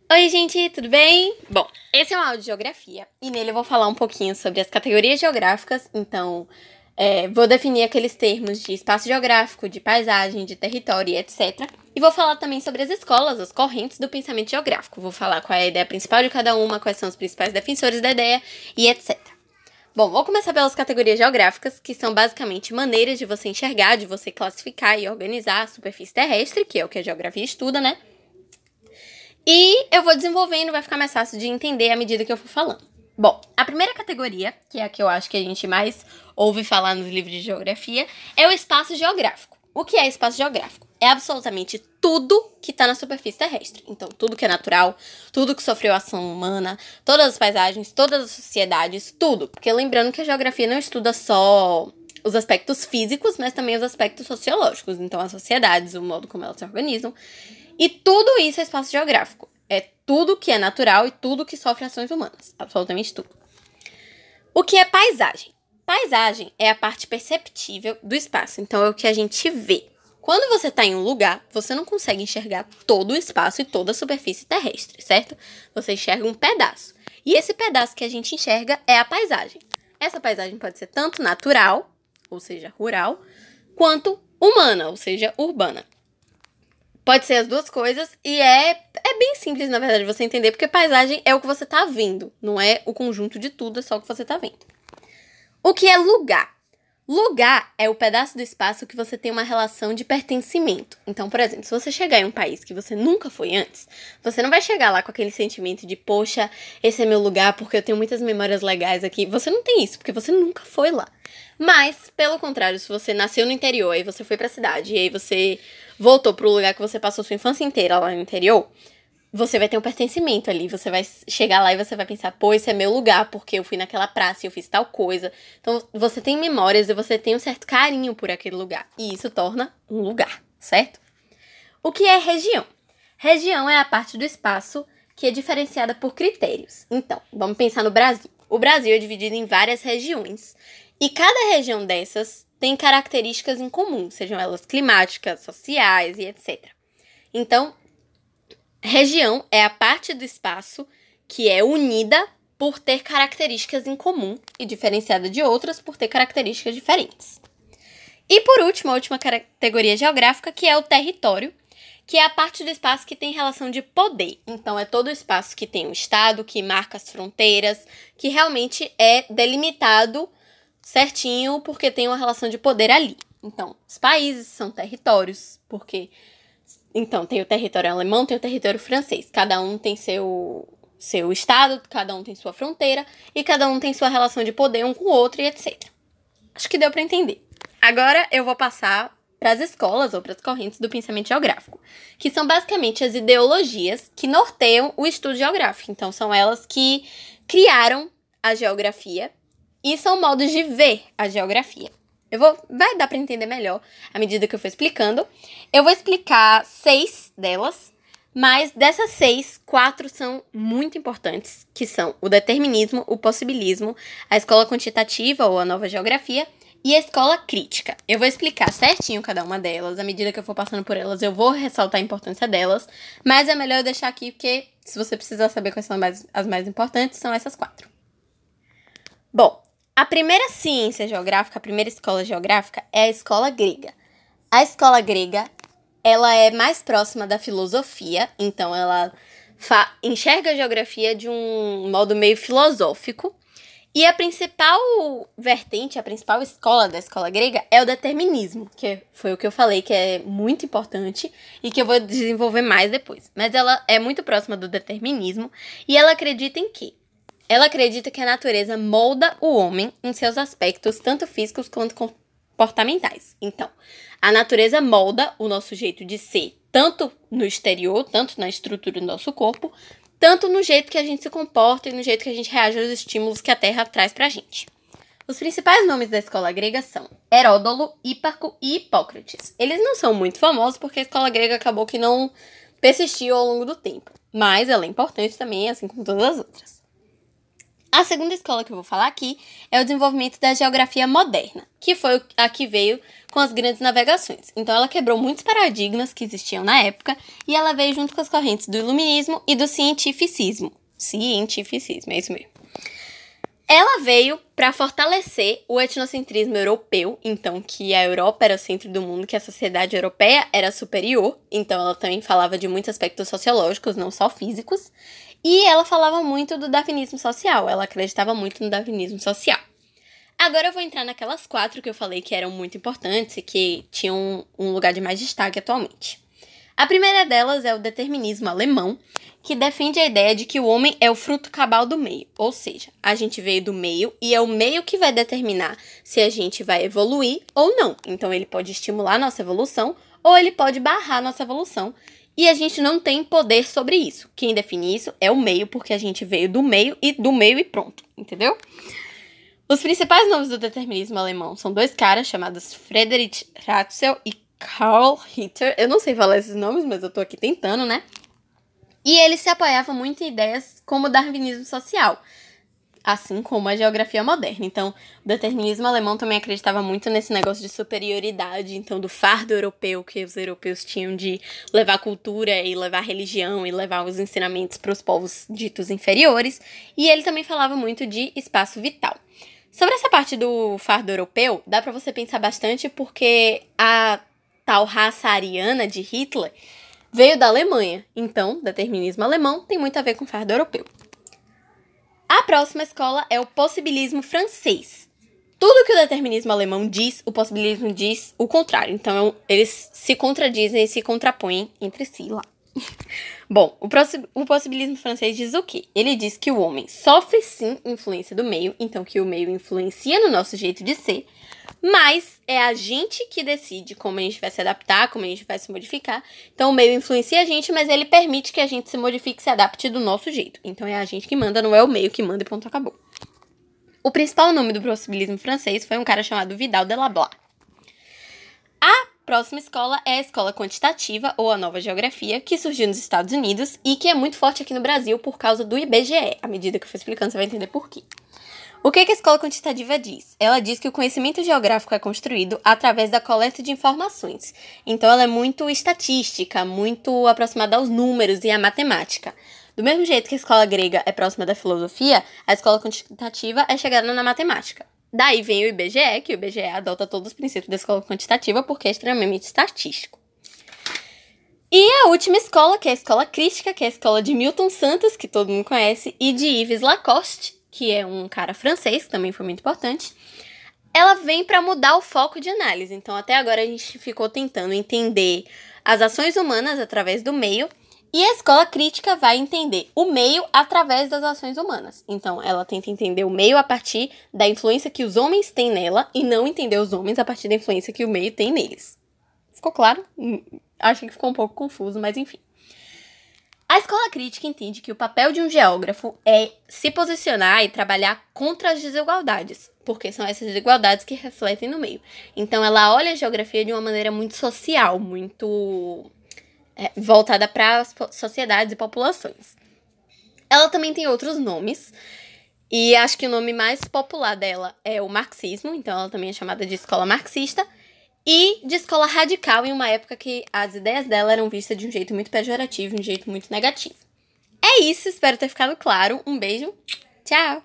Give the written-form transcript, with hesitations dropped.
Oi, gente, tudo bem? Bom, esse é um áudio de geografia e nele eu vou falar um pouquinho sobre as categorias geográficas. Então, vou definir aqueles termos de espaço geográfico, de paisagem, de território e etc. E vou falar também sobre as escolas, as correntes do pensamento geográfico. Vou falar qual é a ideia principal de cada uma, quais são os principais defensores da ideia e etc. Bom, vou começar pelas categorias geográficas, que são basicamente maneiras de você enxergar, de você classificar e organizar a superfície terrestre, que é o que a geografia estuda, né? E eu vou desenvolvendo, vai ficar mais fácil de entender à medida que eu for falando. Bom, a primeira categoria, que é a que eu acho que a gente mais ouve falar nos livros de geografia, é o espaço geográfico. O que é espaço geográfico? É absolutamente tudo que está na superfície terrestre. Então, tudo que é natural, tudo que sofreu ação humana, todas as paisagens, todas as sociedades, tudo. Porque lembrando que a geografia não estuda só os aspectos físicos, mas também os aspectos sociológicos. Então, as sociedades, o modo como elas se organizam. E tudo isso é espaço geográfico. É tudo que é natural e tudo que sofre ações humanas. Absolutamente tudo. O que é paisagem? Paisagem é a parte perceptível do espaço. Então, é o que a gente vê. Quando você está em um lugar, você não consegue enxergar todo o espaço e toda a superfície terrestre, certo? Você enxerga um pedaço. E esse pedaço que a gente enxerga é a paisagem. Essa paisagem pode ser tanto natural, ou seja, rural, quanto humana, ou seja, urbana. Pode ser as duas coisas e é bem simples, na verdade, você entender, porque paisagem é o que você tá vendo, não é o conjunto de tudo, é só o que você tá vendo. O que é lugar? Lugar é o pedaço do espaço que você tem uma relação de pertencimento. Então, por exemplo, se você chegar em um país que você nunca foi antes, você não vai chegar lá com aquele sentimento de, poxa, esse é meu lugar porque eu tenho muitas memórias legais aqui. Você não tem isso, porque você nunca foi lá. Mas, pelo contrário, se você nasceu no interior, aí você foi pra cidade, e aí você voltou pro lugar que você passou sua infância inteira lá no interior, você vai ter um pertencimento ali. Você vai chegar lá e você vai pensar, pô, esse é meu lugar, porque eu fui naquela praça e eu fiz tal coisa. Então, você tem memórias e você tem um certo carinho por aquele lugar. E isso torna um lugar, certo? O que é região? Região é a parte do espaço que é diferenciada por critérios. Então, vamos pensar no Brasil. O Brasil é dividido em várias regiões. E cada região dessas tem características em comum, sejam elas climáticas, sociais e etc. Então, região é a parte do espaço que é unida por ter características em comum e diferenciada de outras por ter características diferentes. E por último, a última categoria geográfica, que é o território, que é a parte do espaço que tem relação de poder. Então, é todo o espaço que tem um estado, que marca as fronteiras, que realmente é delimitado certinho porque tem uma relação de poder ali. Então, os países são territórios, porque então, tem o território alemão, tem o território francês. Cada um tem seu estado, cada um tem sua fronteira e cada um tem sua relação de poder um com o outro e etc. Acho que deu para entender. Agora eu vou passar para as escolas ou para as correntes do pensamento geográfico, que são basicamente as ideologias que norteiam o estudo geográfico. Então, são elas que criaram a geografia e são modos de ver a geografia. Vai dar para entender melhor à medida que eu for explicando. Eu vou explicar 6 delas, mas dessas 6, 4 são muito importantes, que são o determinismo, o possibilismo, a escola quantitativa ou a nova geografia e a escola crítica. Eu vou explicar certinho cada uma delas, à medida que eu for passando por elas, eu vou ressaltar a importância delas, mas é melhor eu deixar aqui porque se você precisar saber quais são as mais importantes, são essas 4. Bom, a primeira ciência geográfica, a primeira escola geográfica é a escola grega. A escola grega, ela é mais próxima da filosofia, então ela enxerga a geografia de um modo meio filosófico. E a principal vertente, a principal escola da escola grega é o determinismo, que foi o que eu falei que é muito importante e que eu vou desenvolver mais depois. Mas ela é muito próxima do determinismo e ela acredita em quê? Ela acredita que a natureza molda o homem em seus aspectos, tanto físicos quanto comportamentais. Então, a natureza molda o nosso jeito de ser, tanto no exterior, tanto na estrutura do nosso corpo, tanto no jeito que a gente se comporta e no jeito que a gente reage aos estímulos que a Terra traz pra gente. Os principais nomes da escola grega são Heródoto, Híparco e Hipócrates. Eles não são muito famosos porque a escola grega acabou que não persistiu ao longo do tempo, mas ela é importante também, assim como todas as outras. A segunda escola que eu vou falar aqui é o desenvolvimento da geografia moderna, que foi a que veio com as grandes navegações. Então, ela quebrou muitos paradigmas que existiam na época e ela veio junto com as correntes do iluminismo e do cientificismo. Cientificismo, é isso mesmo. Ela veio para fortalecer o etnocentrismo europeu, então que a Europa era o centro do mundo, que a sociedade europeia era superior, então ela também falava de muitos aspectos sociológicos, não só físicos, e ela falava muito do darwinismo social, ela acreditava muito no darwinismo social. Agora eu vou entrar naquelas 4 que eu falei que eram muito importantes e que tinham um lugar de mais destaque atualmente. A primeira delas é o determinismo alemão, que defende a ideia de que o homem é o fruto cabal do meio, ou seja, a gente veio do meio e é o meio que vai determinar se a gente vai evoluir ou não. Então ele pode estimular nossa evolução ou ele pode barrar nossa evolução e a gente não tem poder sobre isso. Quem define isso é o meio, porque a gente veio do meio e pronto, entendeu? Os principais nomes do determinismo alemão são 2 caras chamados Friedrich Ratzel e Karl Ritter. Eu não sei falar esses nomes, mas eu tô aqui tentando, né? E ele se apoiava muito em ideias como o darwinismo social, assim como a geografia moderna. Então, o determinismo alemão também acreditava muito nesse negócio de superioridade, então do fardo europeu que os europeus tinham de levar cultura e levar religião e levar os ensinamentos para os povos ditos inferiores. E ele também falava muito de espaço vital. Sobre essa parte do fardo europeu, dá pra você pensar bastante porque a tal raça ariana de Hitler veio da Alemanha. Então, determinismo alemão tem muito a ver com fardo europeu. A próxima escola é o possibilismo francês. Tudo que o determinismo alemão diz, o possibilismo diz o contrário. Então, eles se contradizem e se contrapõem entre si lá. Bom, o possibilismo francês diz o quê? Ele diz que o homem sofre sim influência do meio, então que o meio influencia no nosso jeito de ser, mas é a gente que decide como a gente vai se adaptar, como a gente vai se modificar. Então o meio influencia a gente, mas ele permite que a gente se modifique e se adapte do nosso jeito. Então é a gente que manda, não é o meio que manda e ponto, acabou. O principal nome do possibilismo francês foi um cara chamado Vidal de Lablas. A próxima escola é a escola quantitativa, ou a nova geografia, que surgiu nos Estados Unidos e que é muito forte aqui no Brasil por causa do IBGE. À medida que eu for explicando, você vai entender por quê. O que a escola quantitativa diz? Ela diz que o conhecimento geográfico é construído através da coleta de informações. Então, ela é muito estatística, muito aproximada aos números e à matemática. Do mesmo jeito que a escola grega é próxima da filosofia, a escola quantitativa é chegada na matemática. Daí vem o IBGE, que o IBGE adota todos os princípios da escola quantitativa porque é extremamente estatístico. E a última escola, que é a escola crítica, que é a escola de Milton Santos, que todo mundo conhece, e de Yves Lacoste, que é um cara francês, que também foi muito importante, ela vem para mudar o foco de análise. Então, até agora a gente ficou tentando entender as ações humanas através do meio, e a escola crítica vai entender o meio através das ações humanas. Então, ela tenta entender o meio a partir da influência que os homens têm nela e não entender os homens a partir da influência que o meio tem neles. Ficou claro? Acho que ficou um pouco confuso, mas enfim. A escola crítica entende que o papel de um geógrafo é se posicionar e trabalhar contra as desigualdades, porque são essas desigualdades que refletem no meio. Então, ela olha a geografia de uma maneira muito social, muito voltada para as sociedades e populações. Ela também tem outros nomes, e acho que o nome mais popular dela é o marxismo, então ela também é chamada de escola marxista, e de escola radical em uma época que as ideias dela eram vistas de um jeito muito pejorativo, de um jeito muito negativo. É isso, espero ter ficado claro. Um beijo, tchau!